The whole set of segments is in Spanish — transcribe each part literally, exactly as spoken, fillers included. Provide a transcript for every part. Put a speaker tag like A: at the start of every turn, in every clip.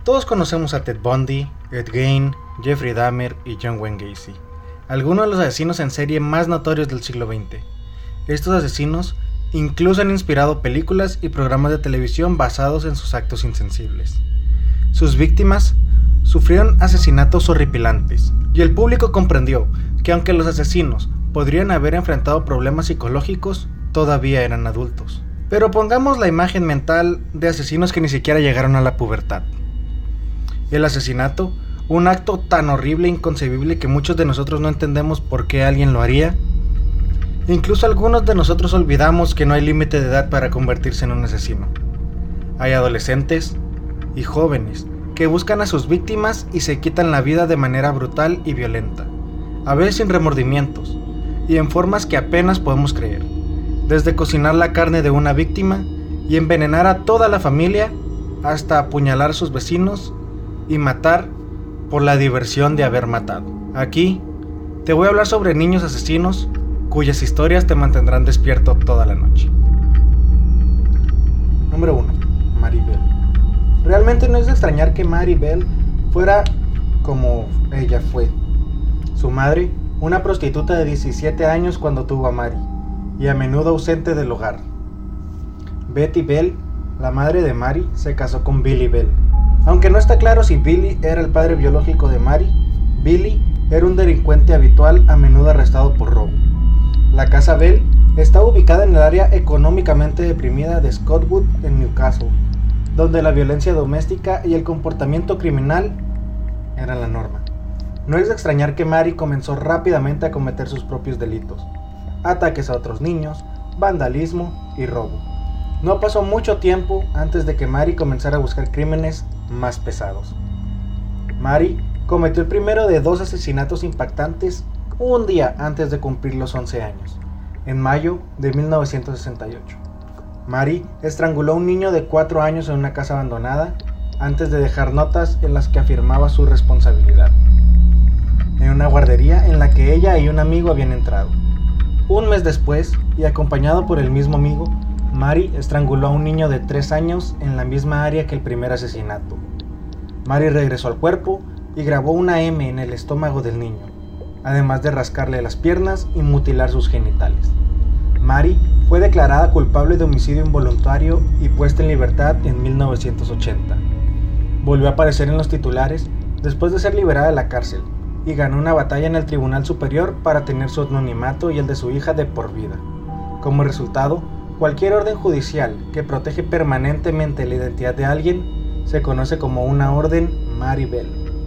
A: Todos conocemos a Ted Bundy, Ed Gein, Jeffrey Dahmer y John Wayne Gacy, algunos de los asesinos en serie más notorios del siglo veinte. Estos asesinos incluso han inspirado películas y programas de televisión basados en sus actos insensibles. Sus víctimas sufrieron asesinatos horripilantes, y el público comprendió que aunque los asesinos podrían haber enfrentado problemas psicológicos, todavía eran adultos. Pero pongamos la imagen mental de asesinos que ni siquiera llegaron a la pubertad. El asesinato, un acto tan horrible e inconcebible que muchos de nosotros no entendemos por qué alguien lo haría. Incluso algunos de nosotros olvidamos que no hay límite de edad para convertirse en un asesino. Hay adolescentes y jóvenes que buscan a sus víctimas y se quitan la vida de manera brutal y violenta, a veces sin remordimientos, y en formas que apenas podemos creer, desde cocinar la carne de una víctima y envenenar a toda la familia, hasta apuñalar a sus vecinos y matar por la diversión de haber matado. Aquí te voy a hablar sobre niños asesinos cuyas historias te mantendrán despierto toda la noche. Número uno. Mary Bell. Realmente no es de extrañar que Mary Bell fuera como ella fue. Su madre, una prostituta de diecisiete años cuando tuvo a Mary, y a menudo ausente del hogar. Betty Bell, la madre de Mary, se casó con Billy Bell. Aunque no está claro si Billy era el padre biológico de Mary, Billy era un delincuente habitual a menudo arrestado por robo. La casa Bell está ubicada en el área económicamente deprimida de Scottwood en Newcastle, donde la violencia doméstica y el comportamiento criminal eran la norma. No es de extrañar que Mary comenzó rápidamente a cometer sus propios delitos: ataques a otros niños, vandalismo y robo. No pasó mucho tiempo antes de que Mary comenzara a buscar crímenes más pesados. Mary cometió el primero de dos asesinatos impactantes un día antes de cumplir los once años, en mayo de mil novecientos sesenta y ocho. Mary estranguló a un niño de cuatro años en una casa abandonada antes de dejar notas en las que afirmaba su responsabilidad, en una guardería en la que ella y un amigo habían entrado. Un mes después, y acompañado por el mismo amigo, Mary estranguló a un niño de tres años en la misma área que el primer asesinato. Mary regresó al cuerpo y grabó una eme en el estómago del niño, además de rascarle las piernas y mutilar sus genitales. Mary fue declarada culpable de homicidio involuntario y puesta en libertad en mil novecientos ochenta. Volvió a aparecer en los titulares después de ser liberada de la cárcel, y ganó una batalla en el Tribunal Superior para tener su anonimato y el de su hija de por vida. Como resultado, cualquier orden judicial que protege permanentemente la identidad de alguien se conoce como una orden Mary Bell.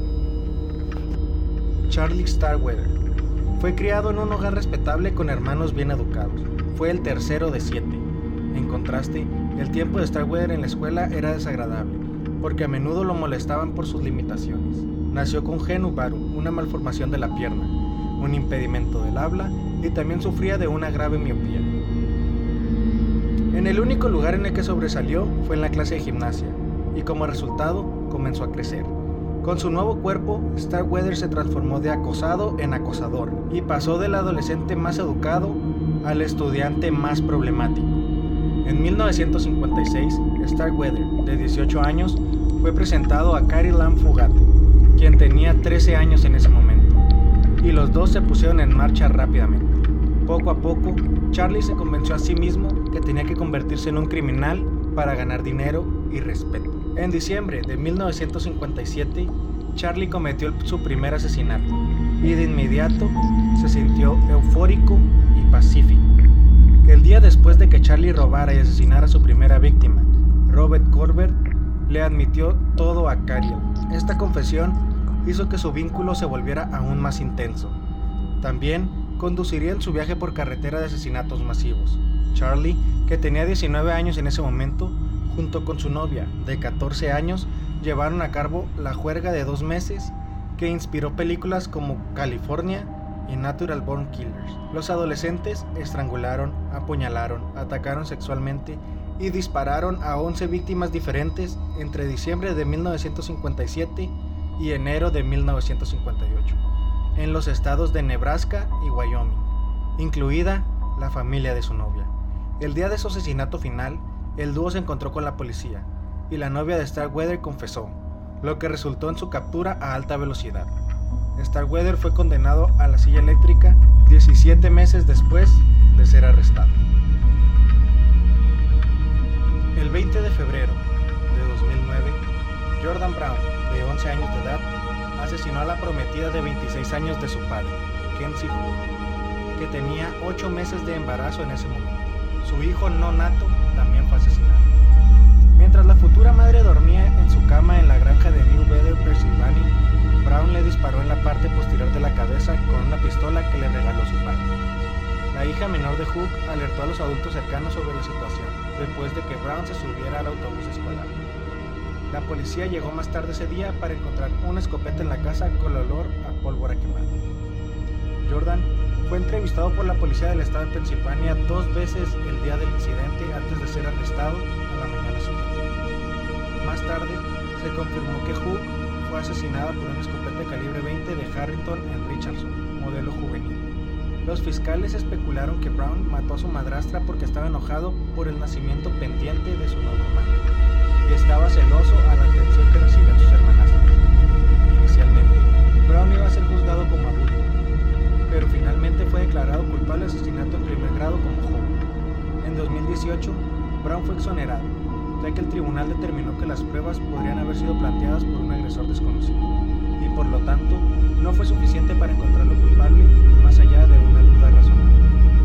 A: Charlie Starkweather fue criado en un hogar respetable con hermanos bien educados. Fue el tercero de siete. En contraste, el tiempo de Starkweather en la escuela era desagradable, porque a menudo lo molestaban por sus limitaciones. Nació con genu varum, una malformación de la pierna, un impedimento del habla y también sufría de una grave miopía. En el único lugar en el que sobresalió fue en la clase de gimnasia, y como resultado comenzó a crecer. Con su nuevo cuerpo, Starkweather se transformó de acosado en acosador y pasó del adolescente más educado al estudiante más problemático. En mil novecientos cincuenta y seis, Starkweather, de dieciocho años, fue presentado a Carrie Lam Fugate, quien tenía trece años en ese momento, y los dos se pusieron en marcha rápidamente. Poco a poco, Charlie se convenció a sí mismo que tenía que convertirse en un criminal para ganar dinero y respeto. En diciembre de mil novecientos cincuenta y siete, Charlie cometió su primer asesinato, y de inmediato se sintió eufórico y pacífico. El día después de que Charlie robara y asesinara a su primera víctima, Robert Corbett, le admitió todo a Carrie. Esta confesión hizo que su vínculo se volviera aún más intenso. También conduciría en su viaje por carretera de asesinatos masivos. Charlie, que tenía diecinueve años en ese momento, junto con su novia de catorce años, llevaron a cabo la juerga de dos meses que inspiró películas como California y Natural Born Killers. Los adolescentes estrangularon, apuñalaron, atacaron sexualmente y dispararon a once víctimas diferentes entre diciembre de mil novecientos cincuenta y siete y enero de mil novecientos cincuenta y ocho, en los estados de Nebraska y Wyoming, incluida la familia de su novia. El día de su asesinato final, el dúo se encontró con la policía, y la novia de Starkweather confesó: lo que resultó en su captura a alta velocidad. Starkweather fue condenado a la silla eléctrica diecisiete meses después de ser arrestado. El veinte de febrero de dos mil nueve, Jordan Brown, de once años de edad, asesinó a la prometida de veintiséis años de su padre, Kenzie Hook, que tenía ocho meses de embarazo en ese momento. Su hijo no nato también fue asesinado. Mientras la futura madre dormía en su cama en la granja de New Bedford, Pensilvania, Brown le disparó en la parte posterior de la cabeza con una pistola que le regaló su padre. La hija menor de Hook alertó a los adultos cercanos sobre la situación, después de que Brown se subiera al autobús escolar. La policía llegó más tarde ese día para encontrar una escopeta en la casa con olor a pólvora quemada. Jordan fue entrevistado por la policía del estado de Pensilvania dos veces el día del incidente antes de ser arrestado a la mañana siguiente. Más tarde, se confirmó que Hook fue asesinada por una escopeta de calibre veinte de Harrington and Richardson, modelo juvenil. Los fiscales especularon que Brown mató a su madrastra porque estaba enojado por el nacimiento pendiente de su nuevo hermano y estaba celoso a la atención que recibían sus hermanastras. Inicialmente, Brown iba a ser juzgado como adulto, pero finalmente fue declarado culpable de asesinato en primer grado como joven. En dos mil dieciocho, Brown fue exonerado, ya que el tribunal determinó que las pruebas podrían haber sido planteadas por un agresor desconocido, y por lo tanto, no fue suficiente para encontrarlo culpable, más allá de una duda razonable.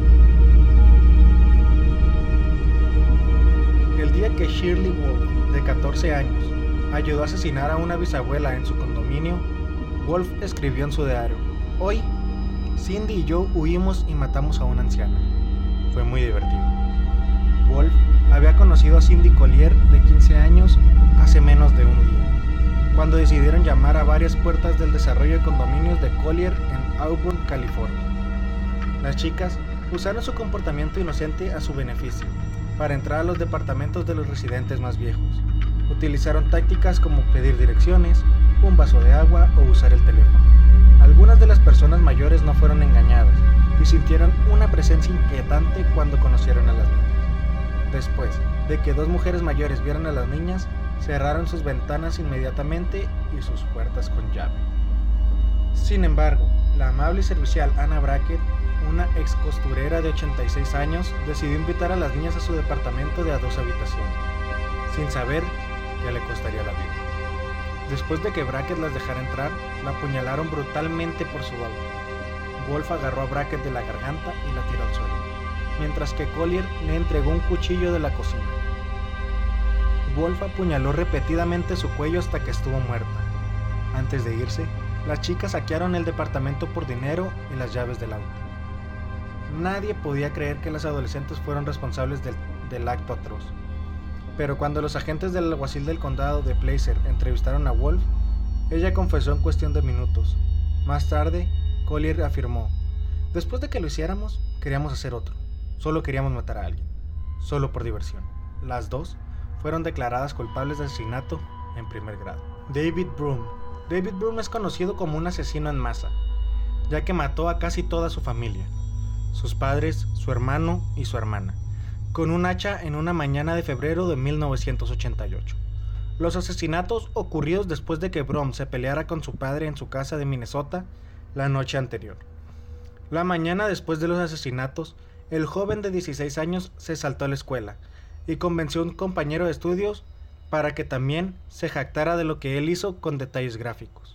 A: El día que Shirley Wolf, de catorce años, ayudó a asesinar a una bisabuela en su condominio, Wolf escribió en su diario: "Hoy, Cindy y yo huimos y matamos a una anciana. Fue muy divertido". Wolf había conocido a Cindy Collier, de quince años, hace menos de un día, cuando decidieron llamar a varias puertas del desarrollo de condominios de Collier en Auburn, California. Las chicas usaron su comportamiento inocente a su beneficio para entrar a los departamentos de los residentes más viejos. Utilizaron tácticas como pedir direcciones, un vaso de agua o usar el teléfono. Algunas de las personas mayores no fueron engañadas y sintieron una presencia inquietante cuando conocieron a las niñas. Después de que dos mujeres mayores vieron a las niñas, cerraron sus ventanas inmediatamente y sus puertas con llave. Sin embargo, la amable y servicial Anna Brackett, una ex costurera de ochenta y seis años, decidió invitar a las niñas a su departamento de a dos habitaciones, sin saber que le costaría la vida. Después de que Brackett las dejara entrar, la apuñalaron brutalmente por su auto. Wolf agarró a Brackett de la garganta y la tiró al suelo, mientras que Collier le entregó un cuchillo de la cocina. Wolf apuñaló repetidamente su cuello hasta que estuvo muerta. Antes de irse, las chicas saquearon el departamento por dinero y las llaves del auto. Nadie podía creer que las adolescentes fueron responsables del, del acto atroz. Pero cuando los agentes del alguacil del condado de Placer entrevistaron a Wolf, ella confesó en cuestión de minutos. Más tarde, Collier afirmó: "Después de que lo hiciéramos, queríamos hacer otro. Solo queríamos matar a alguien. Solo por diversión". Las dos fueron declaradas culpables de asesinato en primer grado. David Broom. David Broom es conocido como un asesino en masa, ya que mató a casi toda su familia, sus padres, su hermano y su hermana, con un hacha en una mañana de febrero de mil novecientos ochenta y ocho. Los asesinatos ocurridos después de que Broom se peleara con su padre en su casa de Minnesota la noche anterior. La mañana después de los asesinatos, el joven de dieciséis años se saltó a la escuela y convenció a un compañero de estudios para que también se jactara de lo que él hizo con detalles gráficos.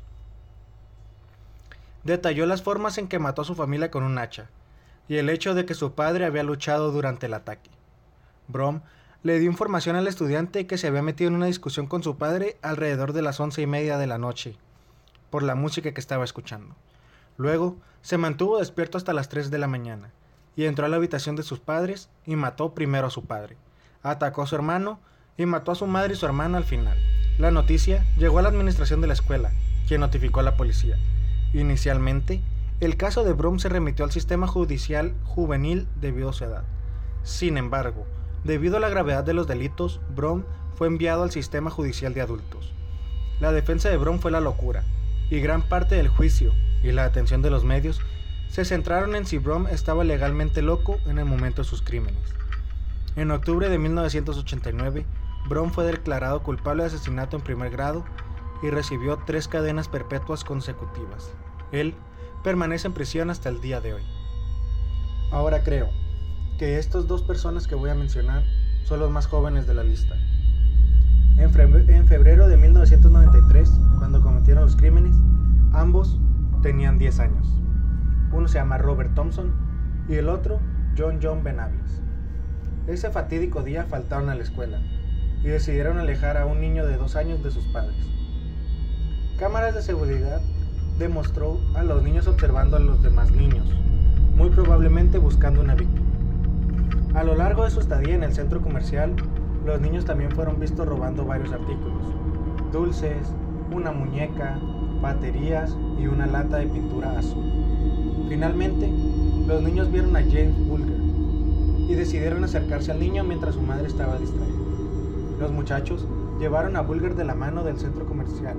A: Detalló las formas en que mató a su familia con un hacha y el hecho de que su padre había luchado durante el ataque. Broom le dio información al estudiante que se había metido en una discusión con su padre alrededor de las once y media de la noche por la música que estaba escuchando. Luego se mantuvo despierto hasta las tres de la mañana y entró a la habitación de sus padres y mató primero a su padre, atacó a su hermano y mató a su madre y su hermana al final. La noticia llegó a la administración de la escuela, quien notificó a la policía. Inicialmente, el caso de Broom se remitió al sistema judicial juvenil debido a su edad. Sin embargo, debido a la gravedad de los delitos, Broom fue enviado al sistema judicial de adultos. La defensa de Broom fue la locura, y gran parte del juicio y la atención de los medios se centraron en si Broom estaba legalmente loco en el momento de sus crímenes. En octubre de mil novecientos ochenta y nueve, Broom fue declarado culpable de asesinato en primer grado y recibió tres cadenas perpetuas consecutivas. Él permanece en prisión hasta el día de hoy. Ahora creo que estas dos personas que voy a mencionar son los más jóvenes de la lista. En febrero de mil novecientos noventa y tres, cuando cometieron los crímenes, ambos tenían diez años. Uno se llama Robert Thompson y el otro John John Venables. Ese fatídico día faltaron a la escuela y decidieron alejar a un niño de dos años de sus padres. Cámaras de seguridad demostró a los niños observando a los demás niños, muy probablemente buscando una víctima. A lo largo de su estadía en el centro comercial, los niños también fueron vistos robando varios artículos: dulces, una muñeca, baterías y una lata de pintura azul. Finalmente, los niños vieron a James Bulger y decidieron acercarse al niño mientras su madre estaba distraída. Los muchachos llevaron a Bulger de la mano del centro comercial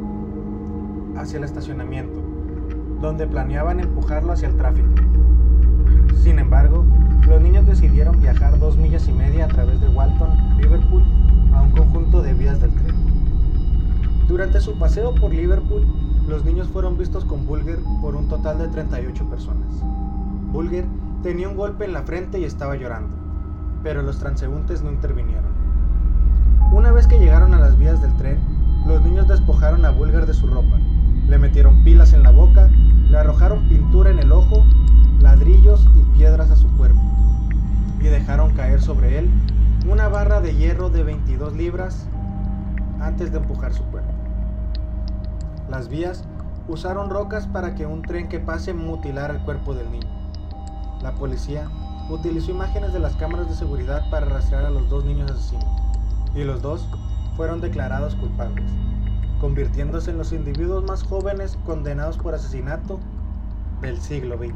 A: hacia el estacionamiento, donde planeaban empujarlo hacia el tráfico. Sin embargo, los niños decidieron viajar dos millas y media a través de Walton, Liverpool, a un conjunto de vías del tren. Durante su paseo por Liverpool, los niños fueron vistos con Bulger por un total de treinta y ocho personas. Bulger tenía un golpe en la frente y estaba llorando, pero los transeúntes no intervinieron. Una vez que llegaron a las vías del tren, los niños despojaron a Bulger de su ropa, le metieron pilas en la boca, le arrojaron pintura en el ojo, ladrillos y piedras a su cuerpo, y dejaron caer sobre él una barra de hierro de veintidós libras antes de empujar su cuerpo. Las vías usaron rocas para que un tren que pase mutilara el cuerpo del niño. La policía utilizó imágenes de las cámaras de seguridad para rastrear a los dos niños asesinos, y los dos fueron declarados culpables, convirtiéndose en los individuos más jóvenes condenados por asesinato del siglo veinte.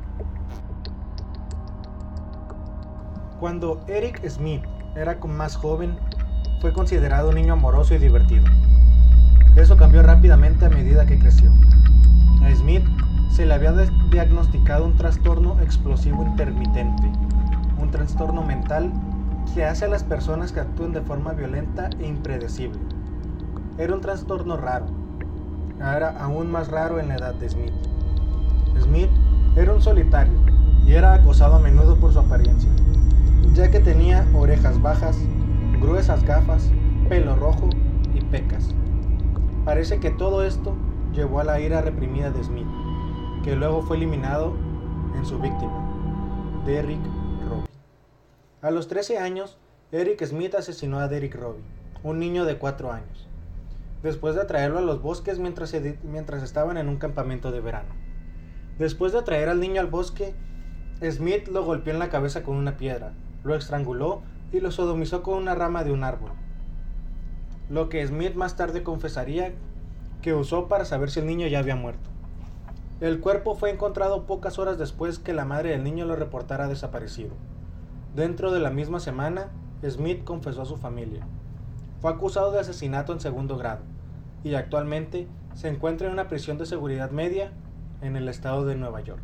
A: Cuando Eric Smith era más joven, fue considerado un niño amoroso y divertido. Eso cambió rápidamente a medida que creció. A Smith se le había diagnosticado un trastorno explosivo intermitente, un trastorno mental que hace a las personas que actúen de forma violenta e impredecible. Era un trastorno raro, era aún más raro en la edad de Smith. Smith era un solitario y era acosado a menudo por su apariencia, ya que tenía orejas bajas, gruesas gafas, pelo rojo y pecas. Parece que todo esto llevó a la ira reprimida de Smith, que luego fue eliminado en su víctima, Derrick Robbie. A los trece años, Eric Smith asesinó a Derrick Robbie, un niño de cuatro años, después de atraerlo a los bosques mientras, se, mientras estaban en un campamento de verano. Después de atraer al niño al bosque, Smith lo golpeó en la cabeza con una piedra, lo estranguló y lo sodomizó con una rama de un árbol, lo que Smith más tarde confesaría que usó para saber si el niño ya había muerto. El cuerpo fue encontrado pocas horas después que la madre del niño lo reportara desaparecido. Dentro de la misma semana, Smith confesó a su familia. Fue acusado de asesinato en segundo grado y actualmente se encuentra en una prisión de seguridad media en el estado de Nueva York.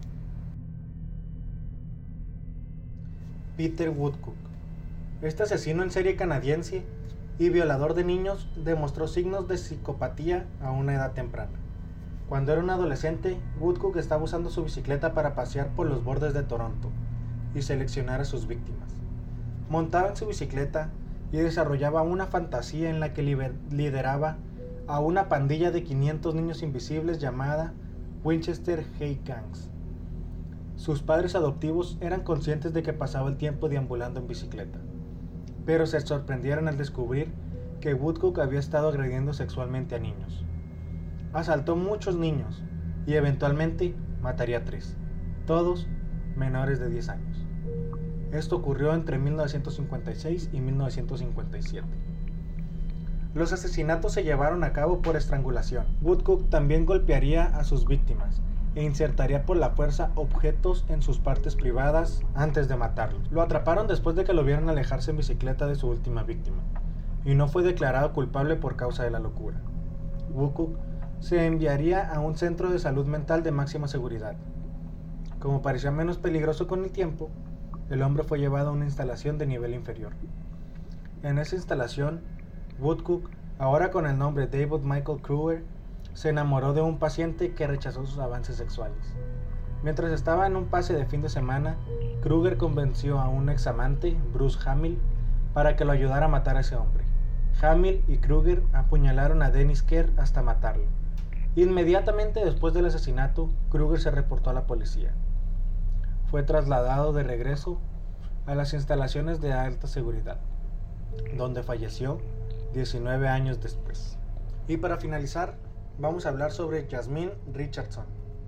A: Peter Woodcock. Este asesino en serie canadiense y violador de niños demostró signos de psicopatía a una edad temprana. Cuando era un adolescente, Woodcock estaba usando su bicicleta para pasear por los bordes de Toronto y seleccionar a sus víctimas. Montaba en su bicicleta y desarrollaba una fantasía en la que lideraba a una pandilla de quinientos niños invisibles llamada Winchester Hate Gangs. Sus padres adoptivos eran conscientes de que pasaba el tiempo deambulando en bicicleta, pero se sorprendieron al descubrir que Woodcock había estado agrediendo sexualmente a niños. Asaltó muchos niños y eventualmente mataría a tres, todos menores de diez años. Esto ocurrió entre mil novecientos cincuenta y seis y mil novecientos cincuenta y siete. Los asesinatos se llevaron a cabo por estrangulación. Woodcock también golpearía a sus víctimas e insertaría por la fuerza objetos en sus partes privadas antes de matarlos. Lo atraparon después de que lo vieron alejarse en bicicleta de su última víctima, y no fue declarado culpable por causa de la locura. Woodcock se enviaría a un centro de salud mental de máxima seguridad. Como parecía menos peligroso con el tiempo, el hombre fue llevado a una instalación de nivel inferior. En esa instalación, Woodcock ahora con el nombre David Michael Kruger, se enamoró de un paciente que rechazó sus avances sexuales. Mientras estaba en un pase de fin de semana, Kruger convenció a un examante, Bruce Hamill, para que lo ayudara a matar a ese hombre. Hamill y Kruger apuñalaron a Dennis Kerr hasta matarlo. Inmediatamente después del asesinato, Kruger se reportó a la policía. Fue trasladado de regreso a las instalaciones de alta seguridad, donde falleció diecinueve años después. Y para finalizar, vamos a hablar sobre Jasmine Richardson.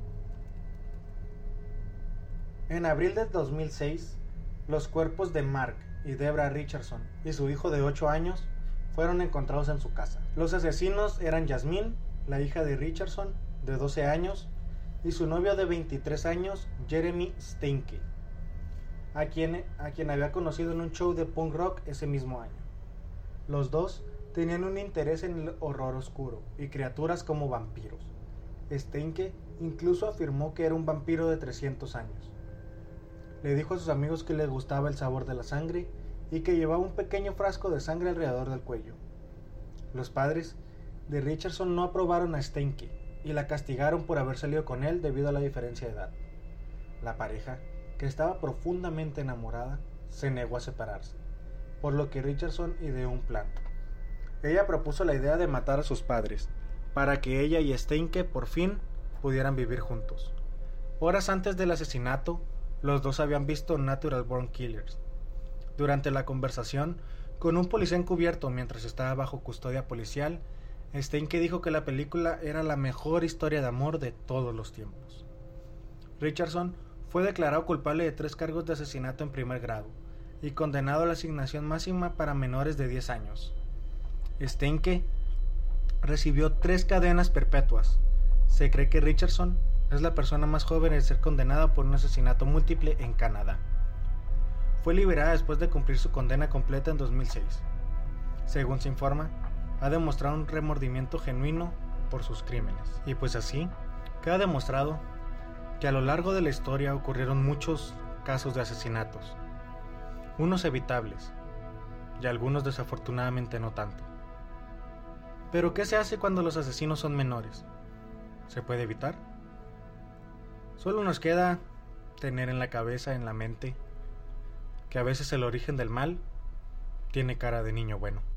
A: En abril de dos mil seis, los cuerpos de Mark y Debra Richardson y su hijo de ocho años fueron encontrados en su casa. Los asesinos eran Jasmine, la hija de Richardson, de doce años, y su novio de veintitrés años, Jeremy Steinke, a quien, a quien había conocido en un show de punk rock ese mismo año. Los dos tenían un interés en el horror oscuro y criaturas como vampiros. Steinke incluso afirmó que era un vampiro de trescientos años. Le dijo a sus amigos que le gustaba el sabor de la sangre y que llevaba un pequeño frasco de sangre alrededor del cuello. Los padres de Richardson no aprobaron a Steinke y la castigaron por haber salido con él debido a la diferencia de edad. La pareja, que estaba profundamente enamorada, se negó a separarse, por lo que Richardson ideó un plan. Ella propuso la idea de matar a sus padres, para que ella y Steinke por fin pudieran vivir juntos. Horas antes del asesinato, los dos habían visto Natural Born Killers. Durante la conversación con un policía encubierto mientras estaba bajo custodia policial, Steinke dijo que la película era la mejor historia de amor de todos los tiempos. Richardson fue declarado culpable de tres cargos de asesinato en primer grado y condenado a la asignación máxima para menores de diez años. Steinke recibió tres cadenas perpetuas. Se cree que Richardson es la persona más joven en ser condenada por un asesinato múltiple en Canadá. Fue liberada después de cumplir su condena completa en dos mil seis. Según se informa, ha demostrado un remordimiento genuino por sus crímenes. Y pues así, queda demostrado que a lo largo de la historia ocurrieron muchos casos de asesinatos, unos evitables y algunos desafortunadamente no tanto. Pero ¿qué se hace cuando los asesinos son menores? ¿Se puede evitar? Solo nos queda tener en la cabeza, en la mente, que a veces el origen del mal tiene cara de niño bueno.